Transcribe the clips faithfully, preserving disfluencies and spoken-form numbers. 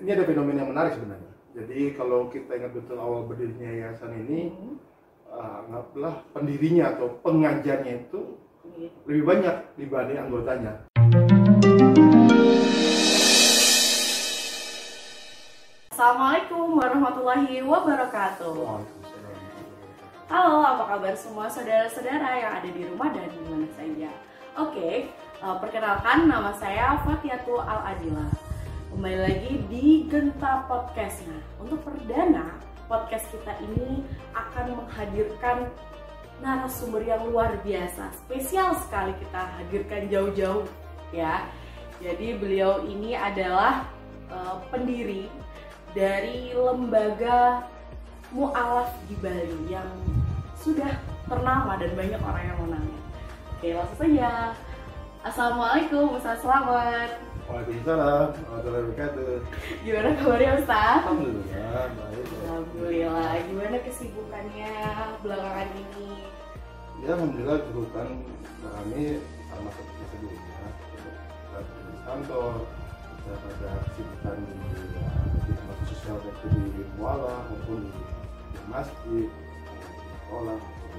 ini ada fenomena yang menarik sebenarnya. Jadi kalau kita ingat betul awal berdirinya yayasan ini, hmm. uh, anggaplah pendirinya atau pengajarnya itu hmm. lebih banyak dibanding anggotanya. Assalamualaikum warahmatullahi wabarakatuh. Halo, apa kabar semua saudara-saudara yang ada di rumah dan di mana saja. Oke, uh, perkenalkan nama saya Fatiatul Al-Adila. Kembali lagi di Genta Podcast. Nah, untuk perdana podcast kita ini akan menghadirkan narasumber yang luar biasa. Spesial sekali kita hadirkan jauh-jauh ya. Jadi beliau ini adalah uh, pendiri dari lembaga mu'alaf di Bali yang sudah ternama dan banyak orang yang mengenalnya. Oke, langsung saja. Assalamualaikum, Ustaz Selamat. Waalaikumsalam warahmatullahi wabarakatuh. Gimana kabarnya Ustaz? Alhamdulillah, baik. Alhamdulillah. Gimana kesibukannya belakangan ini? Ya, alhamdulillah kesibukan kami sama seperti sebelumnya. Kita di kantor, kita ada kesibukan di di tempat sosial baik di muala maupun di, di masjid, di sekolah.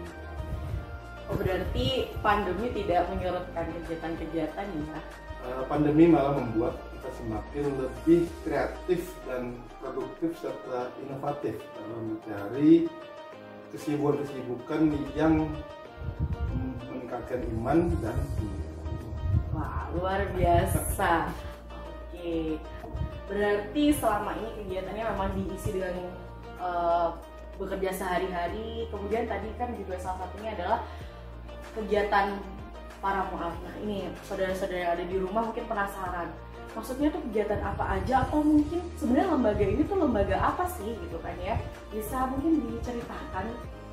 Oh, berarti pandemi tidak menyurutkan kegiatan-kegiatan ya? Pandemi malah membuat kita semakin lebih kreatif dan produktif serta inovatif dalam mencari kesibukan-kesibukan yang meningkatkan iman dan dunia. Wah, luar biasa. Oke, berarti selama ini kegiatannya memang diisi dengan uh, bekerja sehari-hari. Kemudian tadi kan juga salah satunya adalah kegiatan para mu'alaf. Nah, ini saudara-saudara yang ada di rumah mungkin penasaran, maksudnya tuh kegiatan apa aja, atau mungkin sebenarnya lembaga ini tuh lembaga apa sih gitu kan ya, bisa mungkin diceritakan?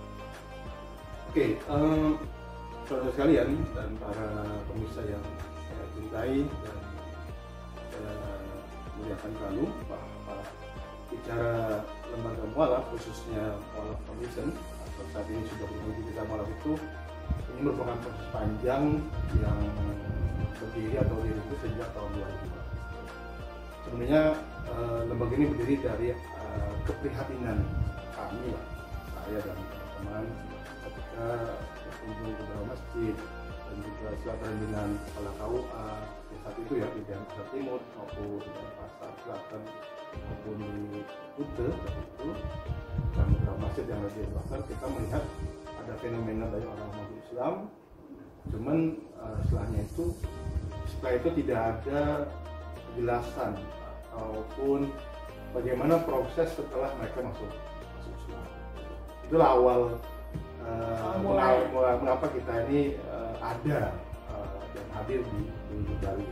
Oke, um, saudara sekalian dan para pemirsa yang saya cintai dan saya muliakan selalu, bahwa bicara lembaga mu'alaf khususnya Mu'alaf Foundation atau saat ini sudah menuju kita mu'alaf itu, ini merupakan proses panjang yang berdiri atau dirintis sejak tahun dua ribu. Sebenarnya uh, lembaga ini berdiri dari uh, keprihatinan kami lah, saya dan teman-teman ketika berkunjung ke beberapa masjid dan juga silaturahmi dengan kepala K U A di saat itu ya, di daerah Pasar Timur maupun di Pasar Selatan maupun di Kute itu, dan beberapa masjid yang ada di Pasar, kita melihat ada fenomena banyak orang masuk Islam, cuman uh, setelahnya itu setelah itu tidak ada penjelasan ataupun bagaimana proses setelah mereka masuk masuk Islam. Itulah awal uh, mulai. mengapa kita ini uh, ada uh, dan hadir di, di Bali.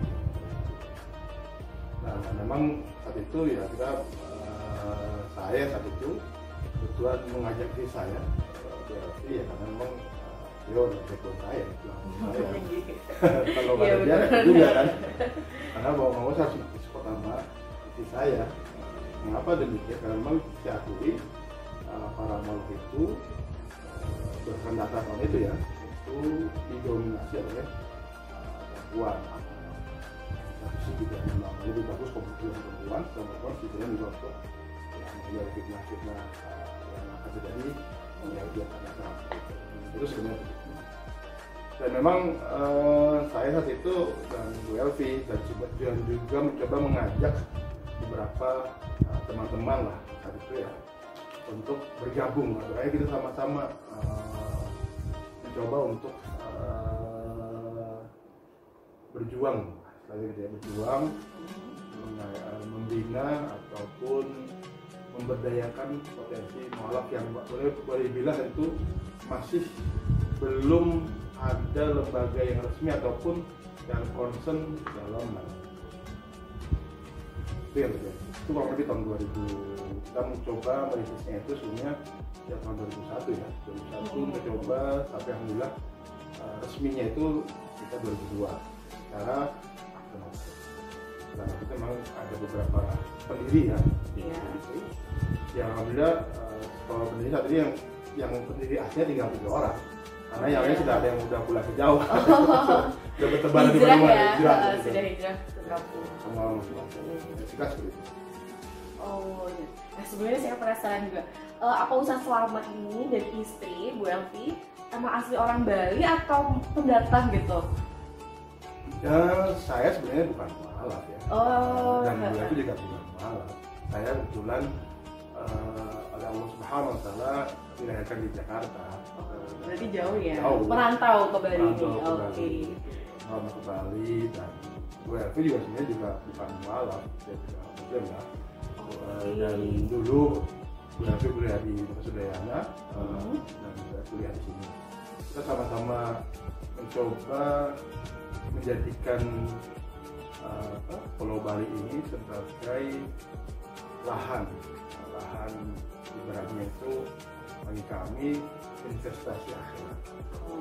Nah, memang saat itu ya kita uh, saya saat itu kebetulan mengajak diri saya. Iya, karena memang dia udah background saya, saya. Kalau nggak ada dia juga kan, karena mau mau saya harus support sama istri saya. Mengapa demikian? Karena memang saya akui uh, para makhluk itu uh, berdasarkan data tahun itu ya, itu didominasi oleh uh, perempuan. Satu sisi juga memang lebih bagus kompetisi perempuan, dan perempuan sebetulnya juga untuk menghindari fitnah-fitnah yang akan terjadi. Ya, dia itu sebenarnya begitu. Dan memang uh, saya saat itu dan Bu Elvi dan juga mencoba mengajak beberapa uh, teman-teman lah saat itu ya untuk bergabung. Akhirnya kita sama-sama uh, mencoba untuk uh, berjuang, lagi dia berjuang membina ataupun memberdayakan potensi mu'alaf yang boleh boleh dibilang itu masih belum ada lembaga yang resmi ataupun yang concern dalam hal itu yang terjadi. Itu kurang lebih tahun dua ribu kita mencoba merintisnya itu sebenarnya ya tahun dua ribu satu ya dua ribu satu mencoba sampai alhamdulillah uh, resminya itu kita dua ribu dua secara akademik. Karena itu memang ada beberapa pendiri ya, yeah. Yang alhamdulillah uh, kalau pendiri saat ini yang yang pendiri aslinya tinggal tiga orang, karena yang lain sudah ada yang udah pulang ke jauh, oh. Sudah bertebaran di mana-mana, ya, hijrah, uh, sudah hijrah ke kampung. Sama masing-masing, kita seperti itu. Oh, nah sebenarnya saya penasaran juga, uh, apa Ustadz Slamet ini dan istri Bu Elvi emang asli orang Bali atau pendatang gitu? Ya, saya sebenarnya bukan mualaf ya. Oh. Dan Bu Elvi juga bukan mualaf. Saya kebetulan uh, oleh Allah Subhanahu Wa Taala dilahirkan di Jakarta. Oh, berarti jauh ya? Jauh. Merantau ke Bali ini. Merantau ke Oke. Bali. Merantau ke Bali dan Bu Elvi juga sebenarnya juga bukan mualaf, dia juga muslim ya. Uh, dan dulu Bu Elvi kuliah di Universitas uh, Hmm. dan saya kuliah di sini. Kita sama-sama mencoba menjadikan uh, apa, Pulau Bali ini sebagai lahan, lahan ibaratnya itu bagi kami investasi akhirat. Oh.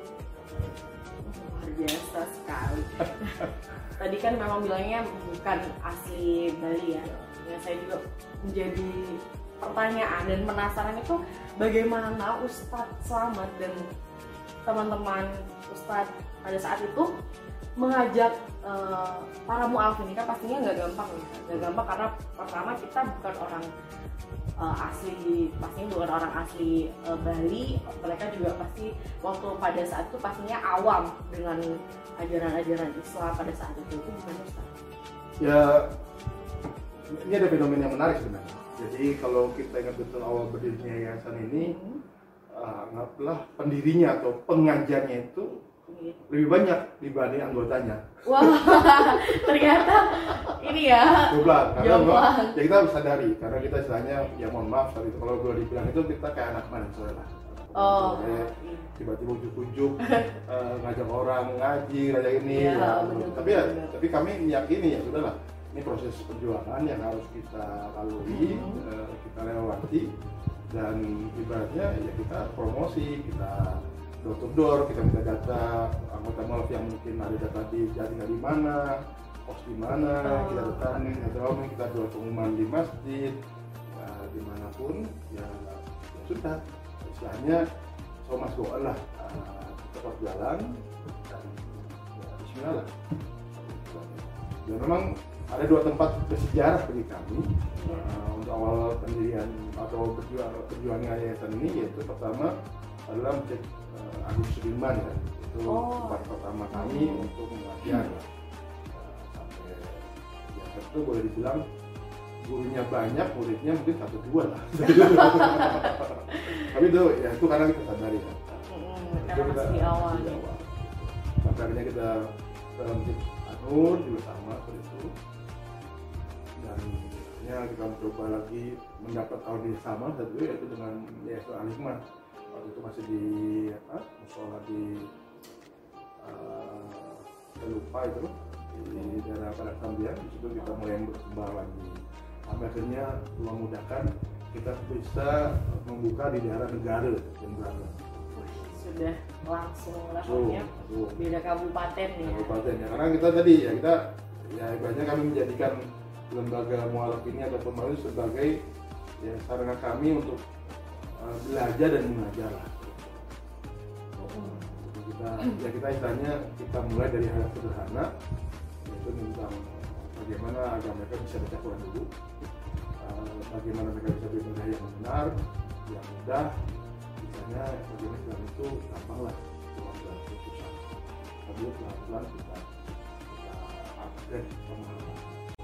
Luar biasa sekali. Tadi kan memang bilangnya bukan asli Bali ya. Ya saya juga menjadi pertanyaan dan penasaran itu bagaimana Ustadz Slamet dan teman-teman Ustadz pada saat itu mengajak uh, para mu'alaf ini, kan pastinya nggak gampang ya. Nggak gampang karena pertama kita bukan orang uh, asli, pastinya bukan orang asli uh, Bali. Mereka juga pasti waktu pada saat itu pastinya awam dengan ajaran-ajaran Islam pada saat itu. Itu gimana Ustaz? Ya, ini ada fenomena yang menarik sebenarnya. Jadi kalau kita ingat betul awal berdirinya yayasan ini, hmm. uh, anggaplah pendirinya atau pengajarnya itu lebih banyak dibanding anggotanya. Wah, ternyata ini ya. Jumlah, karena memang, ya kita harus sadari, karena kita istilahnya, ya mohon maaf saat itu kalau boleh dibilang itu kita kayak anak mahasiswa lah. Oh, kayak tiba-tiba ujuk-ujuk uh, ngajak orang ngaji, ngajak ini. Ya, ya. bener, Tapi ya, bener. tapi kami meyakini ya sudahlah, ini proses perjuangan yang harus kita lalui, hmm. uh, kita lewati, dan ibaratnya ya kita promosi, kita door to door, kita minta data anggota mualaf yang mungkin ada data di jaringan di mana, pos di mana, oh. kita datangin, atau kita buat pengumuman di masjid, ya, dimanapun, ya, ya sudah, istilahnya so mas go lah, uh, tetap jalan dan ya, bismillah lah. Dan memang ada dua tempat bersejarah bagi kami uh, untuk awal pendirian atau berjuang perjuangan yayasan ini, yaitu pertama adalah Masjid uh, Agus Sudirman ya, itu oh. tempat pertama kami hmm. untuk mengajar ya. Uh, sampai ya itu boleh dibilang gurunya banyak, muridnya mungkin satu dua lah. Tapi itu ya itu karena kita sadari ya. Hmm, karena masih di awal. Masih di awal. Sampai akhirnya kita dalam Masjid Anur juga sama seperti itu. Dan akhirnya kita mencoba lagi mendapat audisi sama satu yaitu dengan Yayasan Al-Hikmah. Waktu itu masih di apa? Musola di uh, saya lupa itu di daerah Barat Sambian. Di situ kita mulai berkembang lagi. Sampai akhirnya memudahkan kita bisa membuka di daerah negara dan berada. Sudah langsung langsungnya oh, oh. beda kabupaten ya. Kabupaten ya, karena kita tadi ya kita ya ibaratnya kami menjadikan lembaga mualaf ini atau pemalu sebagai ya sarana kami untuk uh, belajar dan mengajar lah. Oh. Kita ya kita istilahnya kita mulai dari hal sederhana yaitu tentang bagaimana agar mereka bisa baca Quran dulu, uh, bagaimana mereka bisa beribadah yang benar, yang mudah, misalnya bagaimana Islam itu gampang lah, Quran itu susah. Tapi pelan-pelan kita kita upgrade pemahaman.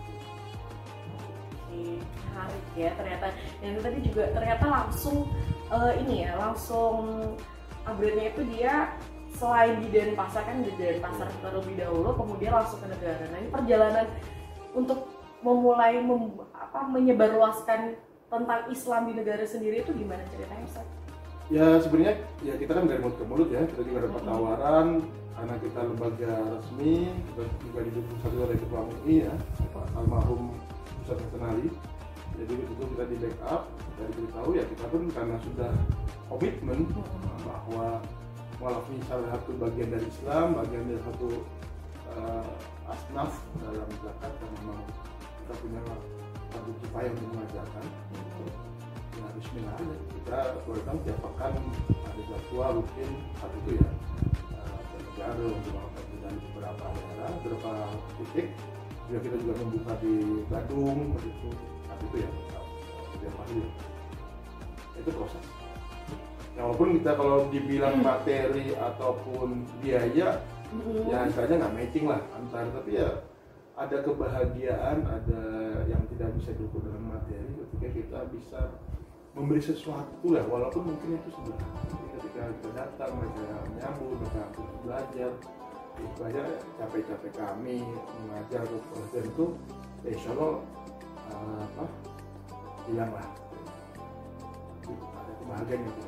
Menarik ya ternyata, dan itu tadi juga ternyata langsung uh, ini ya langsung upgrade-nya itu dia selain di Denpasar kan di Denpasar terlebih dahulu, kemudian langsung ke negara. Nah ini perjalanan untuk memulai mem, apa, menyebarluaskan tentang Islam di negara sendiri itu gimana ceritanya Ustaz? Ya sebenarnya ya kita kan dari mulut ke mulut ya, kita juga dapat tawaran karena kita lembaga resmi, kita juga didukung satu oleh Ketua M U I ya, almarhum Ustaz Hasanali. Jadi itu kita di backup, kita diberitahu ya kita pun karena sudah komitmen bahwa mualaf ini salah satu bagian dari Islam, bagian dari satu uh, asnaf dalam zakat yang memang kita punya satu kifayah untuk mengajarkan. Ya bismillah aja, kita boleh tahu tiap pekan ada jadwal rutin saat itu ya uh, negara untuk melakukan di beberapa daerah, beberapa titik. Juga kita juga membuka di Badung, begitu, tapi itu ya yang mahir. Itu proses. Nah, walaupun kita kalau dibilang materi ataupun biaya, mm-hmm. ya istilahnya nggak matching lah antar, tapi ya ada kebahagiaan, ada yang tidak bisa diukur dengan materi ketika kita bisa memberi sesuatu lah, walaupun mungkin itu sederhana. Ketika kita datang, mereka menyambut, mereka belajar, belajar capek-capek kami mengajar ke proses itu, ya insya Allah uh, apa hilang lah, ada kebahagiaan gitu.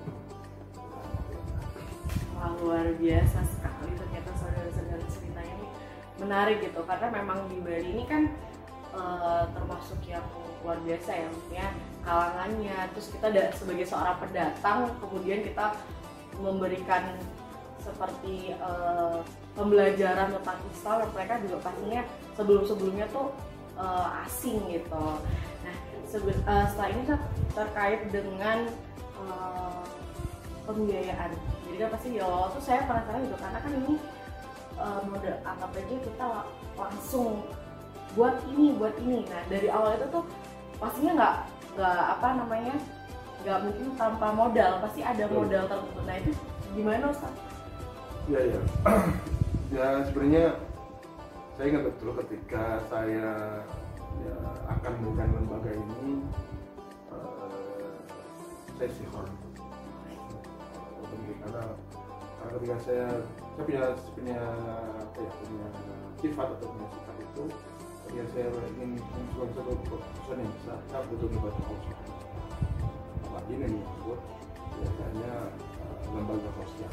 Wah, luar biasa sekali ternyata saudara-saudara, ceritanya ini menarik gitu, karena memang di Bali ini kan uh, termasuk yang luar biasa ya, maksudnya kalangannya, terus kita da- sebagai seorang pendatang kemudian kita memberikan seperti uh, pembelajaran tentang Islam, dan mereka juga pastinya sebelum-sebelumnya tuh uh, asing gitu. Nah sebe- uh, setelah ini terkait dengan uh, pembiayaan, jadi kan pasti ya waktu saya penasaran gitu, karena kan ini uh, model anggap aja kita langsung buat ini buat ini. Nah dari awal itu tuh pastinya nggak nggak apa namanya nggak mungkin tanpa modal, pasti ada modal tertentu. Nah itu gimana Ustaz? Ya ya, ya sebenarnya saya ingat betul ketika saya ya, akan menggunakan lembaga ini, uh, saya sihor. Karena, karena ketika saya saya punya punya apa ya punya sifat atau punya sifat itu, ketika saya ingin mencoba satu keputusan yang besar, saya butuh membantu Allah. Apalagi ini disebut biasanya uh, lembaga sosial.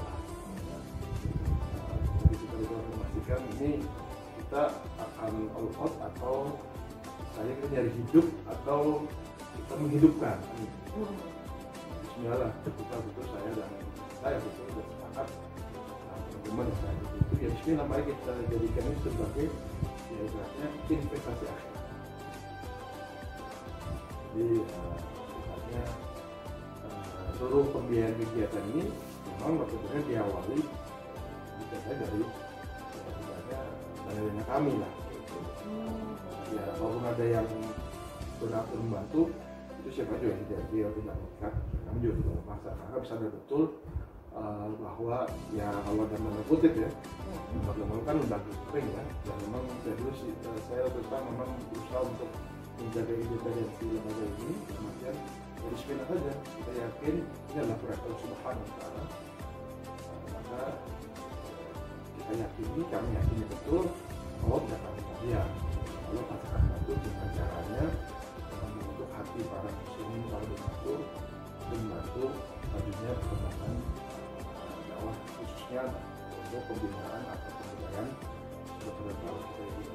Jadi kita bisa memastikan ini kita akan all out atau saya kita nyari hidup atau kita menghidupkan. Bismillah, kita betul saya dan saya betul dan sepakat teman-teman saya itu ya bismillah, mari kita jadikan ini sebagai ya ibaratnya investasi akhirat. Jadi sifatnya uh, uh, seluruh pembiayaan kegiatan ini memang betul-betul diawali bisa saya dari ibaratnya dana kami lah. Ya walaupun ada yang donatur membantu, itu siapa juga yang tidak dia tidak mengikat, kami juga tidak memaksa, karena bisa ada betul uh, bahwa ya kalau dalam tanda kutip ya, memang kan lembaga kering ya, dan memang dari dulu sih saya tetap memang berusaha untuk menjaga independensi lembaga ini, kemudian dari sebenarnya saja kita yakin ini adalah proyek Allah Subhanahu Wa Taala, maka kita yakini, kami yakini betul Allah tidak akan dia, Allah pasti akan bantu dengan caranya untuk hati para muslimin, para donatur, untuk membantu majunya perkembangan dakwah, khususnya untuk pembinaan atau pemberdayaan saudara-saudara kita ini.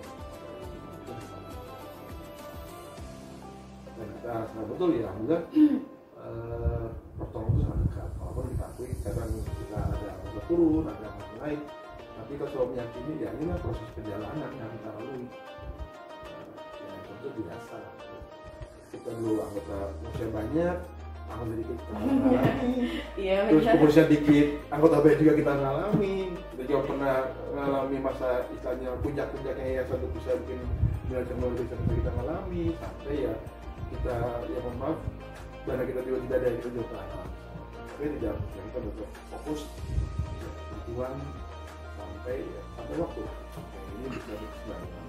Dan kita sangat betul ya, alhamdulillah uh, pertolongan itu sangat dekat. Walaupun kita akui kadang kita ada yang turun, ada yang naik, tapi kita selalu meyakini ya ini lah proses perjalanan yang kita lalui. Uh, ya tentu biasa. Kita dulu anggota manusia banyak, anggota dikit kita mengalami, yeah, terus kemudian dikit anggota banyak juga kita mengalami. Kita juga pernah mengalami masa istilahnya puncak-puncaknya yayasan untuk bisa bikin belajar melalui bisa kita mengalami sampai ya kita ya mohon maaf dana kita juga tidak ada yang kita jual tapi tidak ya, kita betul fokus ya, berjuang sampai ya, sampai waktu sampai ini bisa disesuaikan.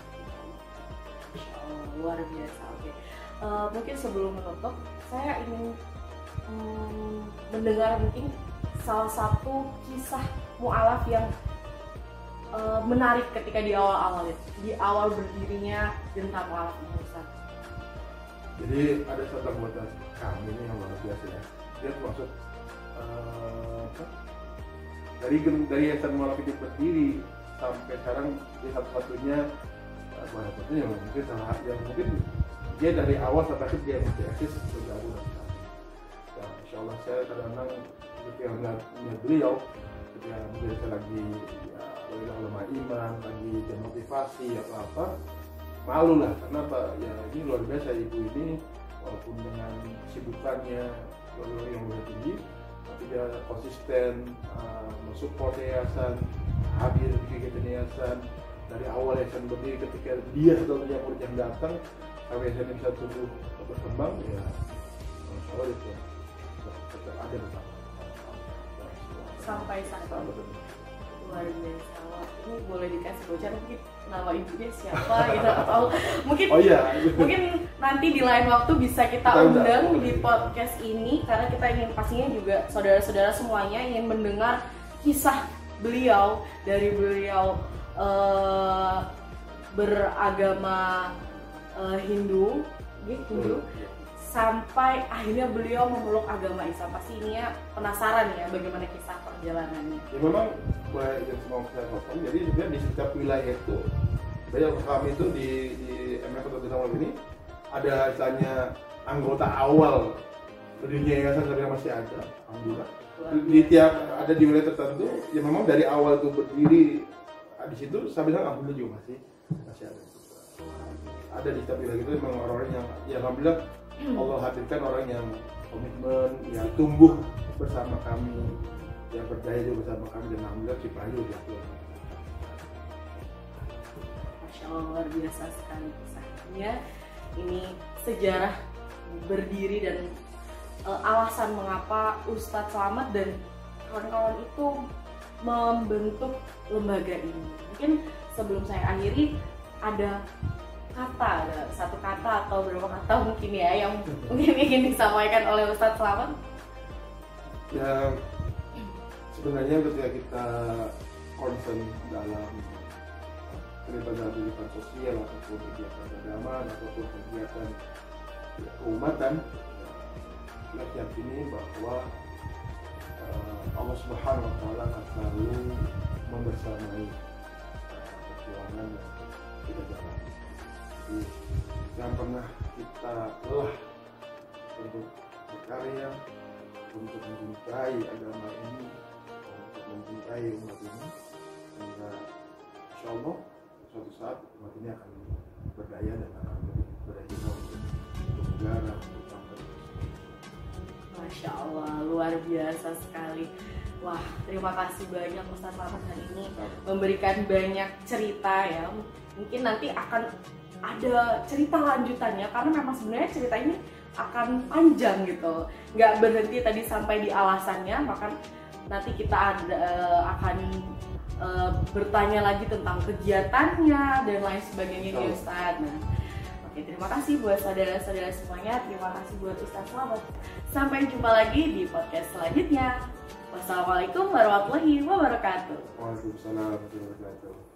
Oh, luar biasa. Oke, okay. uh, mungkin sebelum menutup saya ingin um, mendengar mungkin salah satu kisah mu'alaf yang uh, menarik ketika di awal-awal di awal berdirinya Genta Mu'alaf ini, Ustaz. Jadi ada satu anggota kami ini yang luar biasa ya. Dia termasuk uh, dari dari Yayasan Mu'alaf itu berdiri sampai sekarang dia satu-satunya mana uh, satunya mungkin salah yang mungkin dia dari awal sampai akhir dia masih eksis bergabung dengan kami. Dan insya Allah saya kadang-kadang ketika melihat beliau ketika mungkin saya lagi ya ulama iman lagi demotivasi atau apa, malu lah karena apa ya ini luar biasa ibu ini walaupun dengan kesibukannya luar yang lebih tinggi tapi dia konsisten uh, mensupport yayasan, hadir di kegiatan yayasan dari awal yayasan berdiri ketika dia atau yang murid yang datang sampai ini bisa tumbuh berkembang ya insya Allah itu tetap ada bersama sampai saat ini. Luar biasa. Wah, ini boleh dikasih bocor mungkin nama ibunya siapa gitu atau mungkin oh, iya. mungkin nanti di lain waktu bisa kita, kita undang udah. Di podcast ini karena kita ingin pastinya juga saudara-saudara semuanya ingin mendengar kisah beliau dari beliau uh, beragama uh, Hindu, gitu, Hindu. Sampai akhirnya beliau memeluk agama Islam. Pasti ini ya penasaran ya bagaimana kisah perjalanannya. Ya memang boleh yang semua saya potong. Jadi sebenarnya di setiap wilayah itu, banyak kami itu di di M F atau Desa ini ada istilahnya anggota awal berdirinya yayasan sebenarnya masih ada, alhamdulillah. Di tiap ada di wilayah tertentu, ya memang dari awal itu berdiri di situ sampai sekarang alhamdulillah juga masih masih ada. Ada di setiap wilayah itu memang orang-orang yang ya alhamdulillah Allah hadirkan orang yang komitmen, yang tumbuh bersama kami, yang berdaya juga bersama kami dan alhamdulillah Cipayu ya. Masya Allah, luar biasa sekali kisahnya. Ini sejarah berdiri dan uh, alasan mengapa Ustadz Slamet dan kawan-kawan itu membentuk lembaga ini. Mungkin sebelum saya akhiri ada kata, ada satu kata atau beberapa kata mungkin ya yang mungkin ingin disampaikan oleh Ustadz Slamet. Ya sebenarnya ketika kita concern dalam kegiatan sosial ataupun kegiatan agama ataupun kegiatan keumatan, kita yakini bahwa uh, Allah Subhanahu Wa Taala akan selalu membersamai perjuangan yang kita jalani. Jangan pernah kita lelah untuk berkarya, untuk mencintai agama ini, untuk mencintai umat ini, sehingga insya Allah suatu saat umat ini akan berdaya dan akan berdaya untuk negara, untuk bangsa. Masya Allah, luar biasa sekali. Wah, terima kasih banyak Ustadz Slamet hari ini memberikan banyak cerita ya. Mungkin nanti akan ada cerita lanjutannya karena memang sebenarnya cerita ini akan panjang gitu, nggak berhenti tadi sampai di alasannya, maka nanti kita ada, akan uh, bertanya lagi tentang kegiatannya dan lain sebagainya nih Ustadz. Nah, oke, terima kasih buat saudara-saudara semuanya, terima kasih buat Ustadz Slamet. Sampai jumpa lagi di podcast selanjutnya. Wassalamualaikum warahmatullahi wabarakatuh. Waalaikumsalam warahmatullahi wabarakatuh.